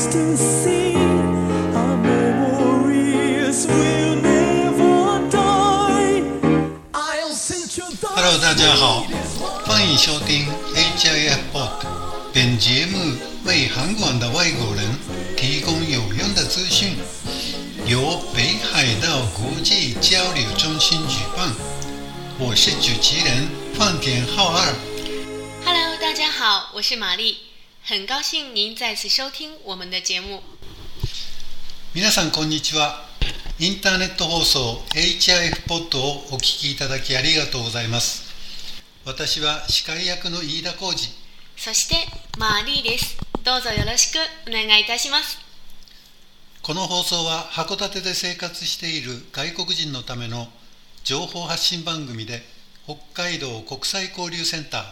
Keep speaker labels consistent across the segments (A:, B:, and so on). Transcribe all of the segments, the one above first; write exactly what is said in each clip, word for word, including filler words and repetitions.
A: distant sea. Our memories will never die. I'll send you the
B: Hello， 大家好，欢迎收听 H I F Pod。本节目为韩国的外国人提供有用的资讯，由北海道国际交流中心举办。我是主持人范田浩二。
C: Hello， 大家好，我是玛丽，很高兴您再次收听我们的节目。
B: 皆さんこんにちは。インターネット放送 H I F ポッドをお聞きいただきありがとうございます。私は司会役の飯田浩二。
C: そしてマーリーです。どうぞよろしくお願いいたします。
B: この放送は函館で生活している外国人のための情報発信番組で、北海道国際交流センター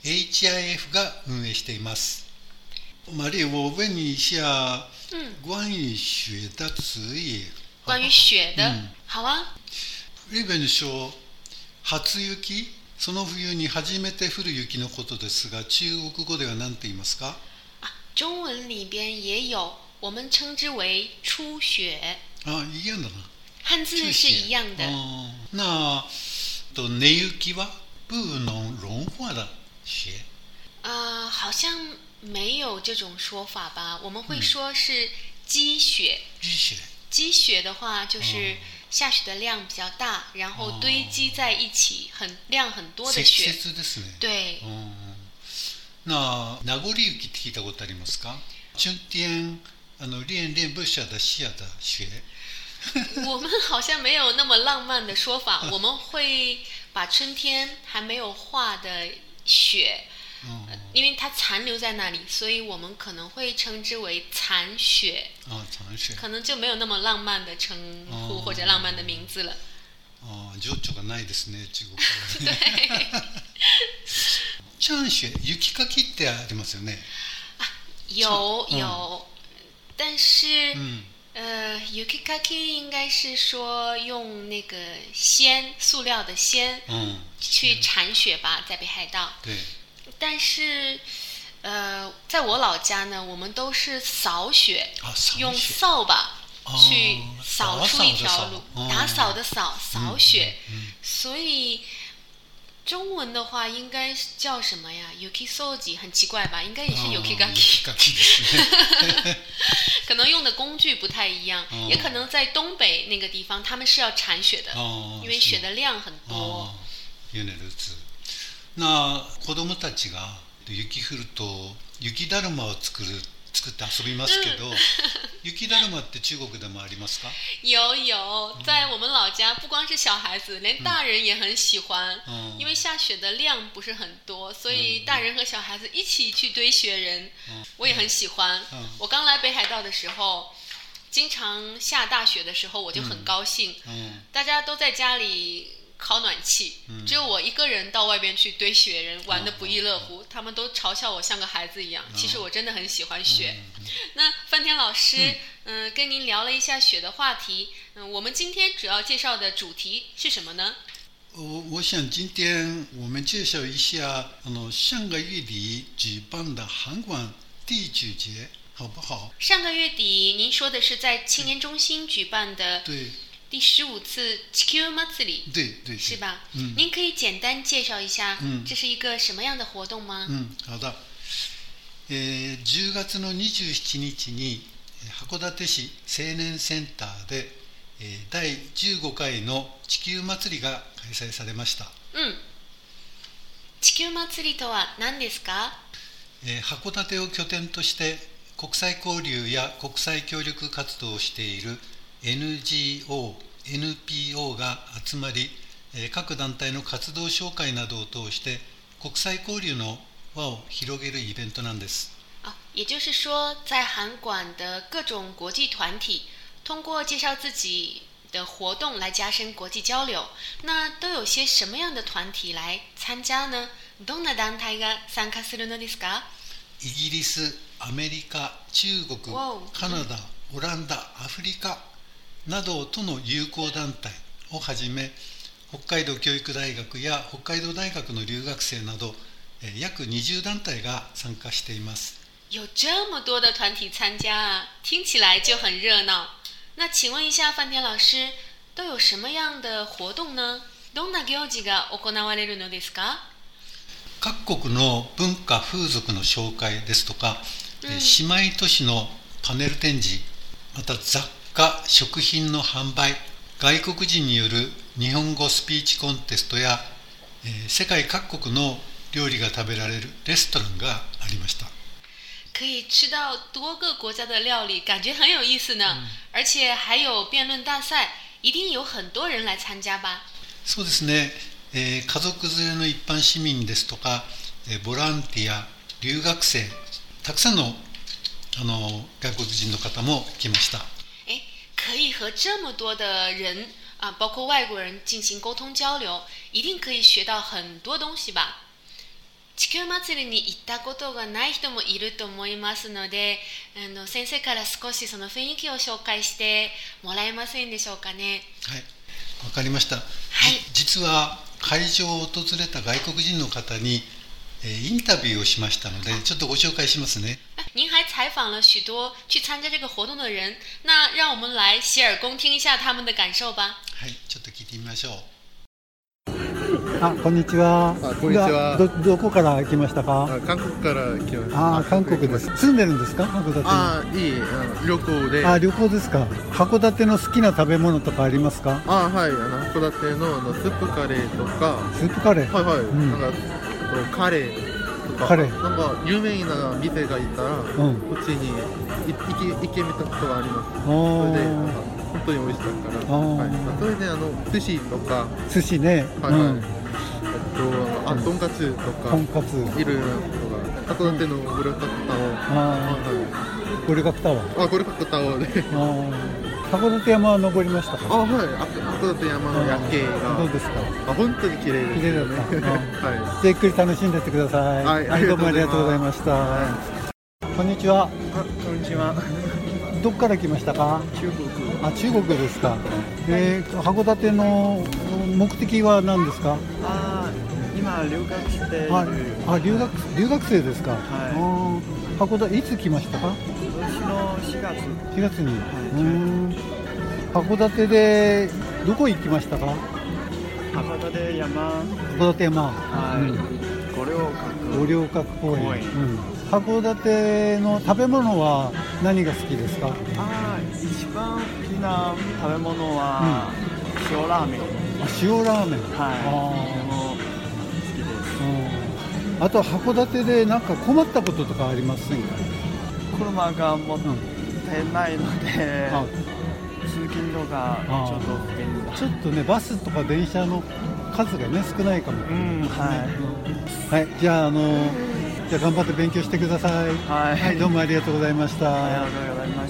B: H I F が運営しています。玛丽，我问你一下，
C: 嗯，
B: 关于雪的词语。
C: 关于雪的，
B: 嗯
C: 好啊。
B: 日本で说初雪、その冬に初めて降る雪のことですが、中国語では何て言いますか？
C: 啊，中文里边也有，我们称之为初雪。
B: あ、一样的な。
C: 汉字是一样的。
B: 哦，那と根雪は不能融化的雪。
C: 呃，好像没有这种说法吧？我们会说是积雪。
B: 积雪。
C: 积雪的话，就是下雪的量比较大，然后堆积在一起，很量很多的雪。
B: 積雪ですね。
C: 对。
B: 那名残雪って聞いたことありますか？春天あの恋恋不捨的下的雪。
C: 我们好像没有那么浪漫的说法，我们会把春天还没有化的雪，因为它残留在那里，所以我们可能会称之为残雪。
B: 啊，残雪。
C: 可能就没有那么浪漫的称呼或者浪漫的名字了。
B: あ、情緒がないですね、中国語。
C: 对。
B: チャン雪、雪かきってありますよね。
C: 啊，有有，但是。
B: 嗯
C: 呃 ，yukikaki 应该是说用那个纤，塑料的纤，
B: 嗯，
C: 去铲雪吧，在北海道。
B: 对。
C: 但是，呃，在我老家呢，我们都是扫雪，
B: 啊、扫雪
C: 用扫把去扫出一条路，
B: 哦、
C: 打扫的扫，扫雪。
B: 嗯嗯、
C: 所以中文的话应该叫什么呀 ？yukisoji 很奇怪吧？应该也是 yukigaki。
B: 哦、
C: 可能用的工具不太一样，
B: 哦、
C: 也可能在东北那个地方，他们是要铲雪的，
B: 哦、
C: 因为雪的量很多。
B: 原来如此。那子供たちが雪降ると雪だるまを作る作って遊びますけど、雪だるまって中国でもありますか？
C: 有有，在我们老家，不光是小孩子，连大人也很喜欢，
B: 嗯、
C: 因为下雪的量不是很多，所以大人和小孩子一起去堆雪人，嗯、我也很喜欢。嗯、我刚来北海道的时候，经常下大雪的时候，我就很高兴，
B: 嗯、
C: 大家都在家里烤暖气，嗯、只有我一个人到外边去堆雪人，玩得不亦乐乎。他们都嘲笑我像个孩子一样，其实我真的很喜欢雪。嗯、那范田老师，嗯、呃，跟您聊了一下雪的话题，嗯、呃，我们今天主要介绍的主题是什么呢？
B: 我我想今天我们介绍一下，あの上个月底举办的韩馆地球节，好不好？
C: 上个月底您说的是在青年中心举办的，
B: 对。
C: 第十五次地球祭り，
B: 对对，
C: 是吧？
B: 嗯，
C: 您可以简单介绍一下，
B: 嗯，
C: 这是一个什么样的活动吗？
B: 嗯，好的。えー、じゅうがつのにじゅうしちにちに函館市青年センターで、えー、だいじゅうごかいの地球祭りが開催されました。
C: うん。地球祭りとは何ですか？
B: えー、函館を拠点として国際交流や国際協力活動をしているエヌジーオー、エヌピーオー が集まり、各団体の活動紹介などを通して国際交流の輪を広げるイベントなんです。
C: 啊，也就是说，在韩馆的各种国际团体通过介绍自己的活动来加深国际交流。那都有些什么样的团体来参加呢？どんな団体が参加するのですか？
B: イギリス、アメリカ、中国、カナダ、オランダ、アフリカなどとの友好団体をはじめ、北海道教育大学や北海道大学の留学生など約にじゅう団体が参加しています。
C: 有这么多的团体参加啊，听起来就很热闹。那请问一下范田老师，都有什么样的活动呢？どんな行事が行われるのですか？
B: 各国の文化風俗の紹介ですとか、
C: うん、
B: 姉妹都市のパネル展示、また雑貨食品の販売、外国人による日本語スピーチコンテストや、えー、世界各国の料理が食べられるレストランがありました。
C: 可以吃到多个国家的料理，感觉很有意思呢、嗯、而且还有辩論大赛，一定有很多人来参加吧？
B: そうですね、えー、家族連れの一般市民ですとか、えー、ボランティア、留学生、たくさんの、あの外国人の方も来ました。
C: 诶，可以和这么多的人啊，包括外国人进行沟通交流，一定可以学到很多东西吧？地球祭りに行ったことがない人もいると思いますので、あの先生から少しその雰囲気を紹介してもらえませんでしょうかね。
B: はい、わかりました。はい、実は会場を訪れた外国人の方に、えー、インタビューをしましたので、ちょっとご紹介しますね。
C: 您还采访了许多去参加这个活動的人，那让我们来洗耳恭听一下他们的感受吧。
B: はい、ちょっと聞いてみましょう。
D: あ、こんにちは。
E: あ、こんにちは。
D: ど、どこから来ましたか？
E: あ、韓国から来ました。
D: あ、韓国です。住んでるんですか？函館に。
E: あ、いい、あの旅行で。
D: あ、旅行ですか。函館の好きな食べ物とかありますか？
E: あ、はい、あの函館のあのスープカレーとか。
D: スープカレー。
E: はいはい。
D: うん、
E: なんかカレーとか。
D: カレー。
E: なんか有名な店がいたら、
D: うん、
E: こっちに行き行けみたことがあります。
D: そ
E: れでなんか本当に美味しかったから。はい。それであの寿司とか。
D: 寿司ね。
E: はいはい。
D: うん
E: あ、とんかつとか、
D: とんかつ
E: いろいろとか、函館のブルカクタオ、
D: あ、ブルカクタオ、
E: あ、ブルカクタオで、
D: 函館山は登りましたか？
E: あ、はい、函館山の夜景が
D: どうですか？
E: あ、本当に綺麗です。
D: 綺麗だった。
E: はい。
D: じっくり楽しんでってください。
E: はい、
D: はい、どうもありがとうございました。はい、こんにちは。
F: あ、こんにちは。
D: どこから来ましたか？
F: 中国。
D: あ、中国ですか。えー、函館の目的は何ですか？
F: あ、今留学している。
D: あ、あ、留学留学生ですか。
F: はい。
D: あ、函館いつ来ましたか？
F: 今年のしがつ。
D: しがつに。
F: はい、
D: うん。函館でどこ行きましたか？
F: 函館山。
D: 函館山。
F: はい。うん、五稜郭。
D: 五稜郭公園。うん。函館の食べ物は何が好きですか？
F: あ、一番好きな食べ物は、うん、塩ラーメン。
D: あ、塩ラーメン。
F: はい。とても好きです。
D: うん。あと函館でなんか困ったこととかありませんか？
F: 車が持ってないので、うん、通勤とかちょっと不便だ。
D: ちょっとね、バスとか電車の数がね少ないかも。
F: うん、はい。
D: はい、じゃああのじゃあ頑張って勉強してください。
F: はい、
D: はい、どうもありがとうございました。
F: ありがとうございました。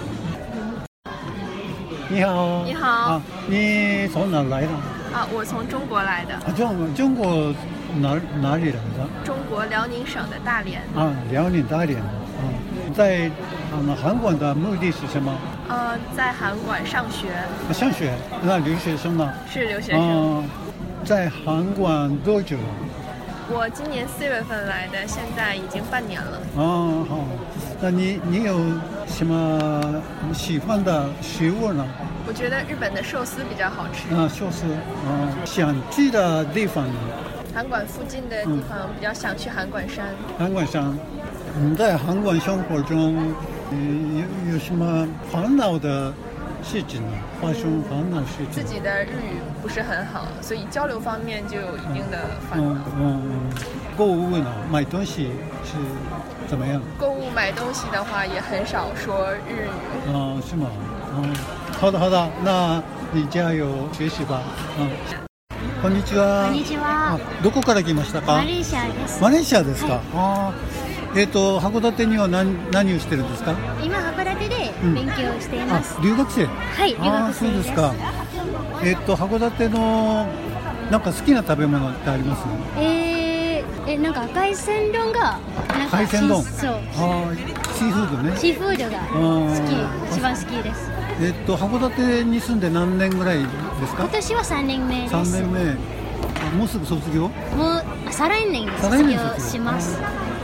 D: 你好。
G: 你好。
D: 啊，你从哪来的？
G: 啊，我从中国来的。
D: 啊，中中国哪哪里来的？
G: 中国辽宁省的大连。
D: 啊，辽宁大连的。啊，在啊那韩国的目的是什么？
G: 呃，在韩馆上学。
D: 啊，上学？那留学生呢？
G: 是留学生。
D: 啊，在韩馆多久了？
G: 我今年四月份来的，现在已经半年了。
D: 哦，好，那你你有什么喜欢的食物呢？
G: 我觉得日本的寿司比较好吃。
D: 啊，寿司，啊，想去的地方呢？
G: 韩馆附近的地方，比较想去函馆山。
D: 函馆山，你在函馆生活中，嗯，有有什么烦恼的事情呢？发生烦恼事情？
G: 自己的日语不是很好，所以交流方面就有一定的烦恼。
D: 嗯嗯嗯，购物呢，买东西是怎么样？
G: 购物买东西的话，也很少说日语。
D: 啊，是吗？嗯，好的好的，那你加油学習吧。嗯。こんにちは。
H: こんにちは。
D: どこから来ましたか？
H: マレーシアです。
D: マレーシアですか。
H: はい、
D: ああ。えっと函館には何何をしてるんですか？
H: 今函館で勉強しています。
D: うん、あ、留学生。
H: はい、留学生です。
D: そうですか。えっと函館のなんか好きな食べ物ってあります？
H: えー、えなんか海鮮丼がなんか
D: 海鮮丼。
H: そう。
D: ああ、シーフードね。
H: シーフードが好き、一番好きです。
D: えっと函館に住んで何年ぐらいですか？
H: 今年はさんねんめです。
D: さんねんめ。もうすぐ卒業？
H: もう再来年卒業します。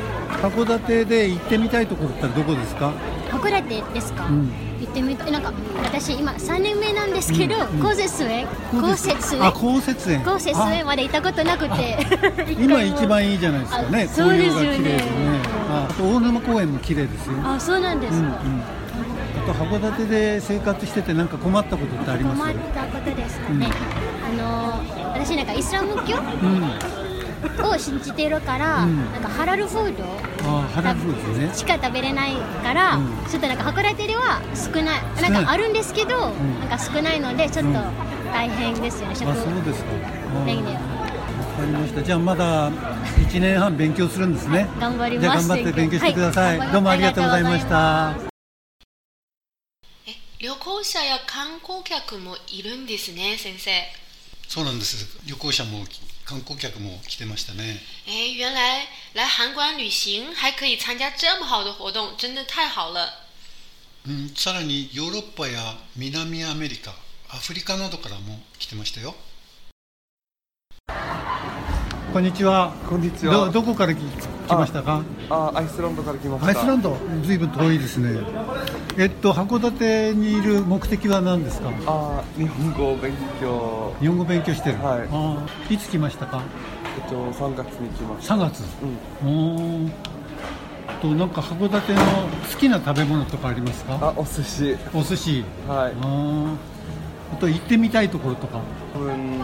D: 函館で行ってみたいところってどこですか？
H: 函館ですか、
D: うん、
H: 行ってみたい。なんか私今さんねんめなんですけど、
D: うんうん、
H: 降雪園降雪園
D: あ降雪園
H: 降雪園まで行ったことなくて
D: 今一番いいじゃないですかね。
H: そうですよね。
D: 紅葉が綺麗でね。あ、あと大沼公園も綺麗ですよ。
H: あ、そうなんですか、うんうん、
D: あと函館で生活しててなんか困ったことってあります？
H: 困ったことですかね、うん、あの私なんかイスラム教、うん、を信じてるから、うん、なんかハラルフード
D: あハラルフード、ね、
H: しか食べれないから、うん、ちょっとなんか函館では少ない、なんかあるんですけど、うん、なんか少ないのでちょっと大変ですよね、食
D: あそうですか。
H: 面では。
D: わかりました。じゃあまだいちねんはん勉強するんですね。
H: 頑張ります。
D: じゃあ頑張って勉強してください、はい、どうもありがとうございました。
C: え、旅行者や観光客もいるんですね、先生。
B: そうなんです。旅行者も観光客も来てましたね。
C: 哎，原来来韩国旅行还可以参加这么好的活动，真的太好了。
B: うん、さらにヨーロッパや南アメリカ、アフリカなどからも来てましたよ。
D: こんにちは。
E: こんにちは。
D: ど、どこから来ましたか？
E: ああ、アイスランドから来ました。
D: アイスランド、ずいぶん遠いですね。えっと函館にいる目的は何ですか？
E: あ、日本語を勉強。
D: 日本語勉強してる。
E: はい。
D: あ、いつ来ましたか？
E: えっとさんがつに来ました。
D: さんがつ。うん。おとなんか函館の好きな食べ物とかありますか？
E: あ、お寿司。
D: お寿司。
E: はい。
D: ああと行ってみたいところとか。
E: うん、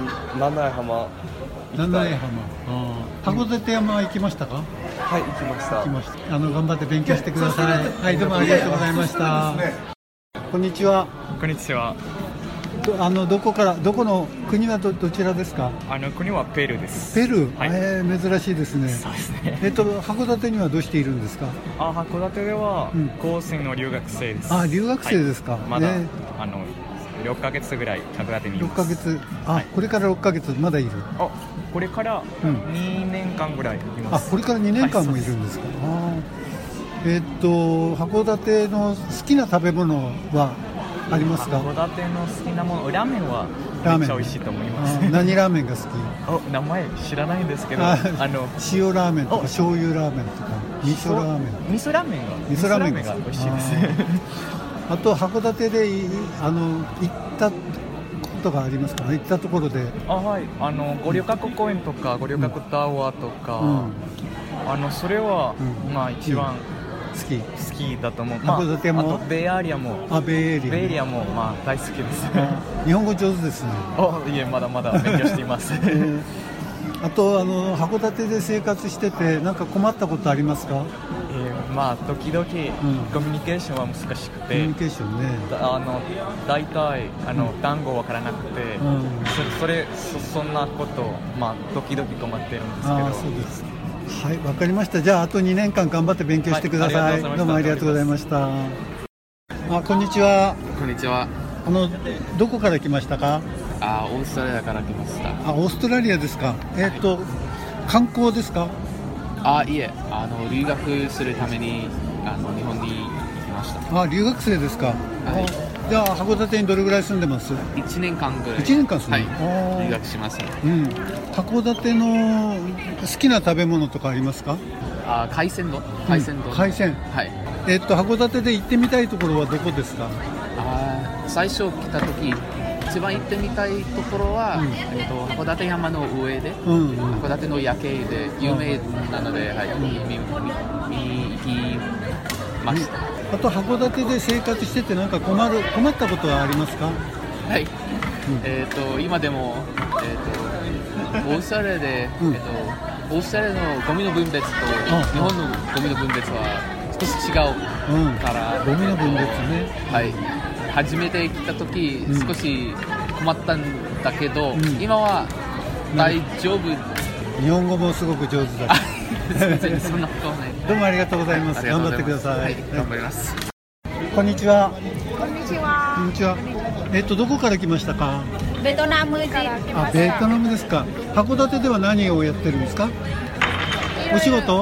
E: 七重浜。
D: 七重浜。ああ、函館山は行きましたか？
E: はい、行きました。
D: 行きました。あの頑張って勉強してください。はい、どうもありがとうございました。こんにちは。
I: こんにちは。
D: あのどこからどこの国は ど, どちらですか？
I: あの国はペルーです。
D: ペルー、
I: はい、
D: えー、珍しいですね。
I: そうですね。
D: えっと函館にはどうしているんですか？
I: あ、函館では高専の留学生です。
D: うん、あ、留学生ですか？はい、
I: まだ、ね、あのろっかげつぐらい函館にいます。
D: ろっかげつ、あ、はい、これからろっかげつまだいる。
I: あ、これからにねんかんぐらいいます。
D: あ、これからにねんかんもいるんですか？はい、あ、えー、っと函館の好きな食べ物はありますか？
I: 函館の好きなもの、ラーメンはめっちゃ美味しいと思います。
D: 何ラーメンが好き？
I: お、名前知らないんですけど、あの
D: 塩ラーメンとか醤油ラーメンとか味噌ラーメン。
I: 味噌ラーメンが
D: 味噌ラーメンが
I: 美味しいです。
D: あと函館であの行ったことがありますか？行ったところで。
I: あ、はい、あの五稜郭公園とか五稜郭タワーとか、うん、あのそれは、うん、まあ一番好き好きだと思う。函館も、まあ、あとベイエリアも、
D: あ、ベイエリア、
I: ベイエリアもまあ大好きです。
D: 日本語上手ですね。
I: お、いえ、まだまだ勉強しています。えー、
D: あとあの函館で生活しててなんか困ったことありますか？
I: えー、まあ時々、うん、コミュニケーションは難しくて、
D: コミュニケーションね、
I: あの大体あの、うん、単語わからなくて、うん、そ, それ そ, そんなことまあ時々困ってるんですけど。
D: あ、そうです。はい、わかりました。じゃああとにねんかん頑張って勉強してください。はい、どうもありがとうございました。あ、こんにちは。
J: こんにちは。
D: あのどこから来ましたか？
J: あ、オーストラリアから来ました。
D: あ、オーストラリアですか。えっ、ー、と、はい、観光ですか？
J: あ、いえ、あの留学するためにあの日本に行きました。
D: あ、留学生ですか。はい、じゃあ函館にどれぐらい住んでます？
J: いちねんかんぐらい。
D: いちねんかん住んで、
J: はい、留学します、ね。
D: うん。函館の好きな食べ物とかありますか？
J: あ、海鮮丼。海鮮丼。
D: うん、海鮮。
J: はい。
D: えっと函館で行ってみたいところはどこですか？
J: あ、最初来た時一番行ってみたいところは、うん、えっと函館山の上で、うんうん、函館の夜景で有名なので、はい、見に行きました。
D: あと函館で生活しててなんか困る困ったことはありますか？
J: はい。うん、えっと今でもえっとオーストラリアで、うん、えっとオーストラリアのゴミの分別と日本のゴミの分別は少し違うから、
D: うん、ゴミの分別ね。
J: はい。初めて来た時、うん、少し困ったんだけど、うん、今は大丈夫。
D: 日本語もすごく上手だ。
J: そんなことはない。
D: どうもありがとうございます。頑張ってください。
J: はい、頑張ります。
D: こんにちは。
K: こんにちは。
D: こんにちは。えっとどこから来ましたか？
K: ベトナムから来ました。
D: あ、ベトナムですか。函館では何をやってるんですか？お仕事？
K: はい。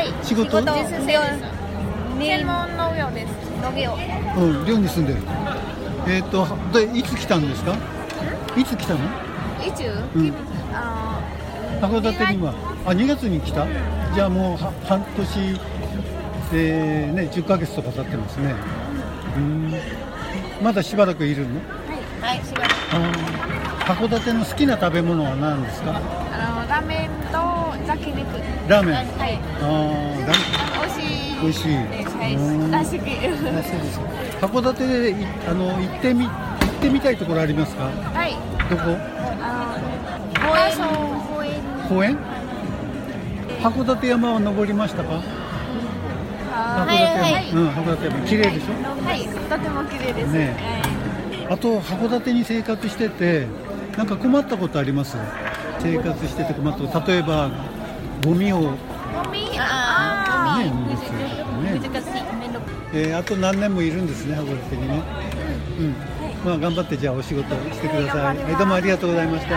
D: 仕事？
K: 専門農業です。農業。
D: うん、寮に住んでる。えっとでいつ来たんですか？いつ来たの？
K: いつ？
D: うん、あ、函館には。 あ、にがつに来た、うん、じゃあもう半年、えーね、じゅっかげつとか経ってますね。うん、まだしばらくいるの？
K: はい、はい、しばらく。
D: 函館の好きな食べ物は何ですか？
K: あのラーメンと焼肉。
D: ラーメン。
K: はい。
D: ああ、
K: 美味しい。
D: 美味しい。
K: はい。大好き。
D: 大好きです。函館であの行ってみ行ってみたいところありますか？
K: はい。
D: どこ？
K: あ公園。
D: 公園？函館山は登りましたか？函館山、はいはい、うん、函館山綺麗でしょ？
K: はい、とても綺麗ですね。
D: はい、あと函館に生活しててなんか困ったことあります？生活してて困ったこと、例えばゴミを
K: ゴミああ、
D: ね、難しい、ね、えー、あと何年もいるんですね、函館にね。うん、うん、まあ頑張ってじゃあお仕事してください。はい、どうもありがとうございました。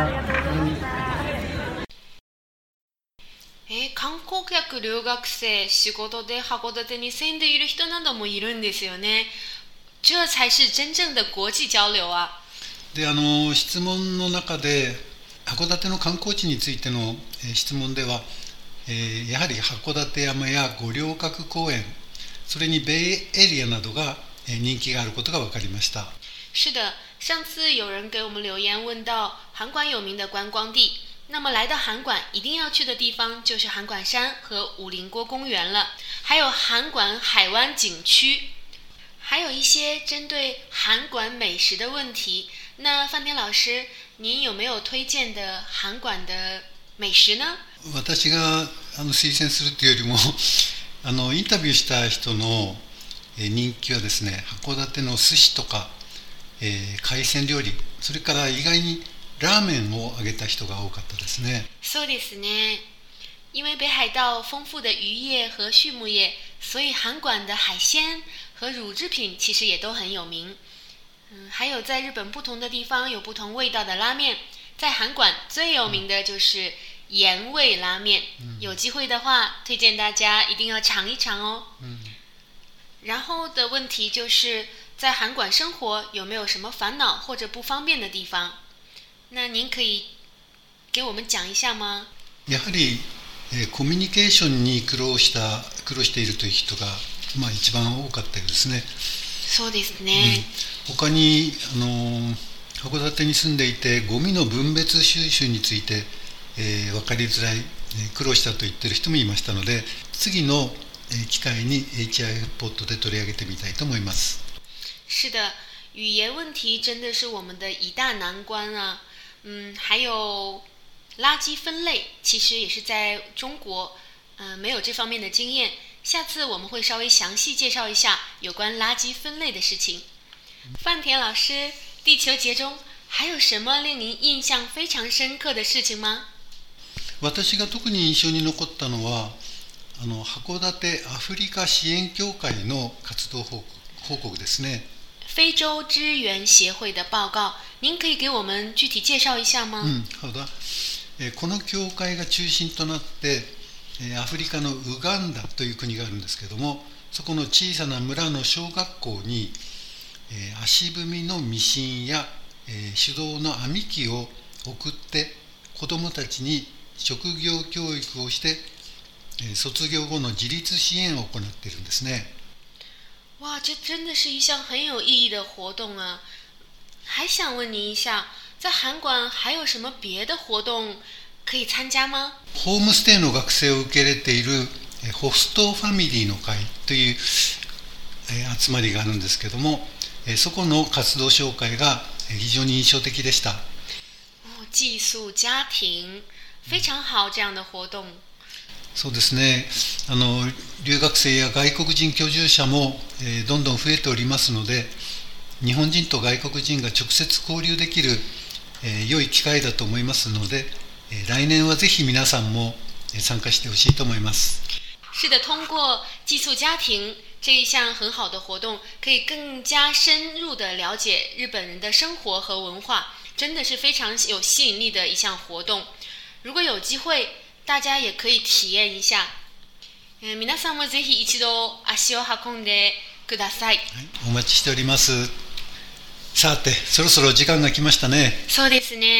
C: えー、観光客、留学生、仕事で函館に住んでいる人などもいるんですよね。这才是真正的国際交流啊。
B: で、あの質問の中で函館の観光地についての、えー、質問では、えー、やはり函館山や五稜郭公園、それにベイエリアなどが、えー、人気があることが分かりました。
C: 是的，上次有人给我们留言问到函馆有名的观光地。那么来到函馆一定要去的地方就是函馆山和五陵郭公园了，还有函馆海湾景区，还有一些针对函馆美食的问题。那范天老师，您有没有推荐的函馆的美食呢？
B: 私があの推薦するというよりもあのインタビューした人の人気はですね、函館の寿司とか、えー、海鮮料理、それから意外にラーメンをあげた人が多かったですね。
C: そうですね。因为北海道丰富的渔业和畜牧业，所以函馆的海鲜和乳制品其实也都很有名。嗯，还有在日本不同的地方有不同味道的拉面，在函馆最有名的就是盐味拉面。嗯，有机会的话，推荐大家一定要尝一尝哦。嗯。然后的问题就是在函馆生活有没有什么烦恼或者不方便的地方？那您可以给我们講一下嗎？
B: やはり、えー、コミュニケーションに苦労した苦労しているという人が、まあ、一番多かったようですね。
C: そうですね。
B: うん、他にあのー、函館に住んでいてゴミの分別収集について、えー、分かりづらい、えー、苦労したと言っている人もいましたので、次の、えー、機会に エイチアイエフ ポッドで取り上げてみたいと思います。
C: 是的，語言問題真的是我們的一大難關啊。嗯，还有垃圾分类，其实也是在中国，嗯、呃，没有这方面的经验。下次我们会稍微详细介绍一下有关垃圾分类的事情。范田老师，地球节中还有什么令您印象非常深刻的事情吗？
B: 私が特に印象に残ったのは、あの函館アフリカ支援協会の活動報告、報告ですね。
C: 非洲支援協会的報告，您可以給我們具體介紹一下嗎？
B: うん、好だ。この協会が中心となってアフリカのウガンダという国があるんですけども、そこの小さな村の小学校に足踏みのミシンや手動の編み機を送って子どもたちに職業教育をして卒業後の自立支援を行っているんですね。
C: 哇，这真的是一项很有意义的活动啊！还想问您一下，在函馆还有什么别的活动可以参加吗？
B: ホームステイの学生を受け入れているホストファミリーの会という集まりがあるんですけども、そこの活動紹介が非常に印象的でした。
C: 寄宿家庭、非常好这样的活動。
B: そうですね。あの留学生や外国人居住者も、えー、どんどん増えておりますので、日本人と外国人が直接交流できる、えー、良い機会だと思いますので、えー、来年はぜひ皆さんも参加してほしいと思います。
C: 是的，通过寄宿家庭这一项很好的活动，可以更加深入的了解日本人的生活和文化，真的是非常有吸引力的一项活动。如果有機会，大家也可以体验一下。えー、皆さんもぜひ一度足を運んでください。はい、
B: お待ちしております。さて、そろそろ時間が来ましたね。
C: そうですね。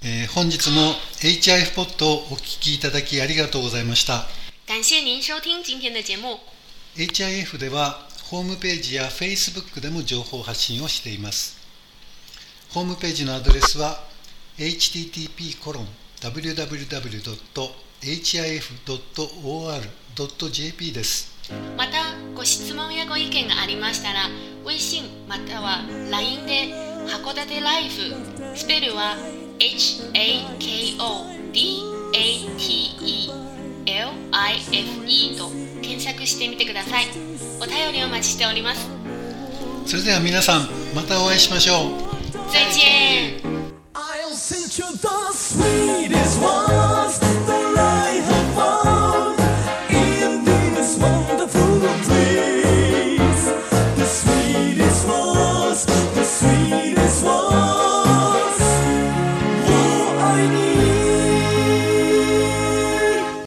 B: えー、本日も エイチアイエフ ポッドをお聞きいただきありがとうございました。
C: 感謝您收听今天的节目。
B: エイチアイエフ ではホームページや Facebook でも情報発信をしています。ホームページのアドレスは エイチティーティーピーコロンダブリューダブリューダブリュードットエイチアイエフドットオーアールドットジェーピー です。
C: またご質問やご意見がありましたら、微信または ライン で函館ライフ、スペルは エイチエーケーオーディーエーティーイーエルアイエフイー と検索してみてください。お便りお待ちしております。
B: それでは皆さん、またお会いしましょう。
C: 再见。
A: I'll send you the sweetest ones that I have found in this wonderful place. The sweetest ones, the sweetest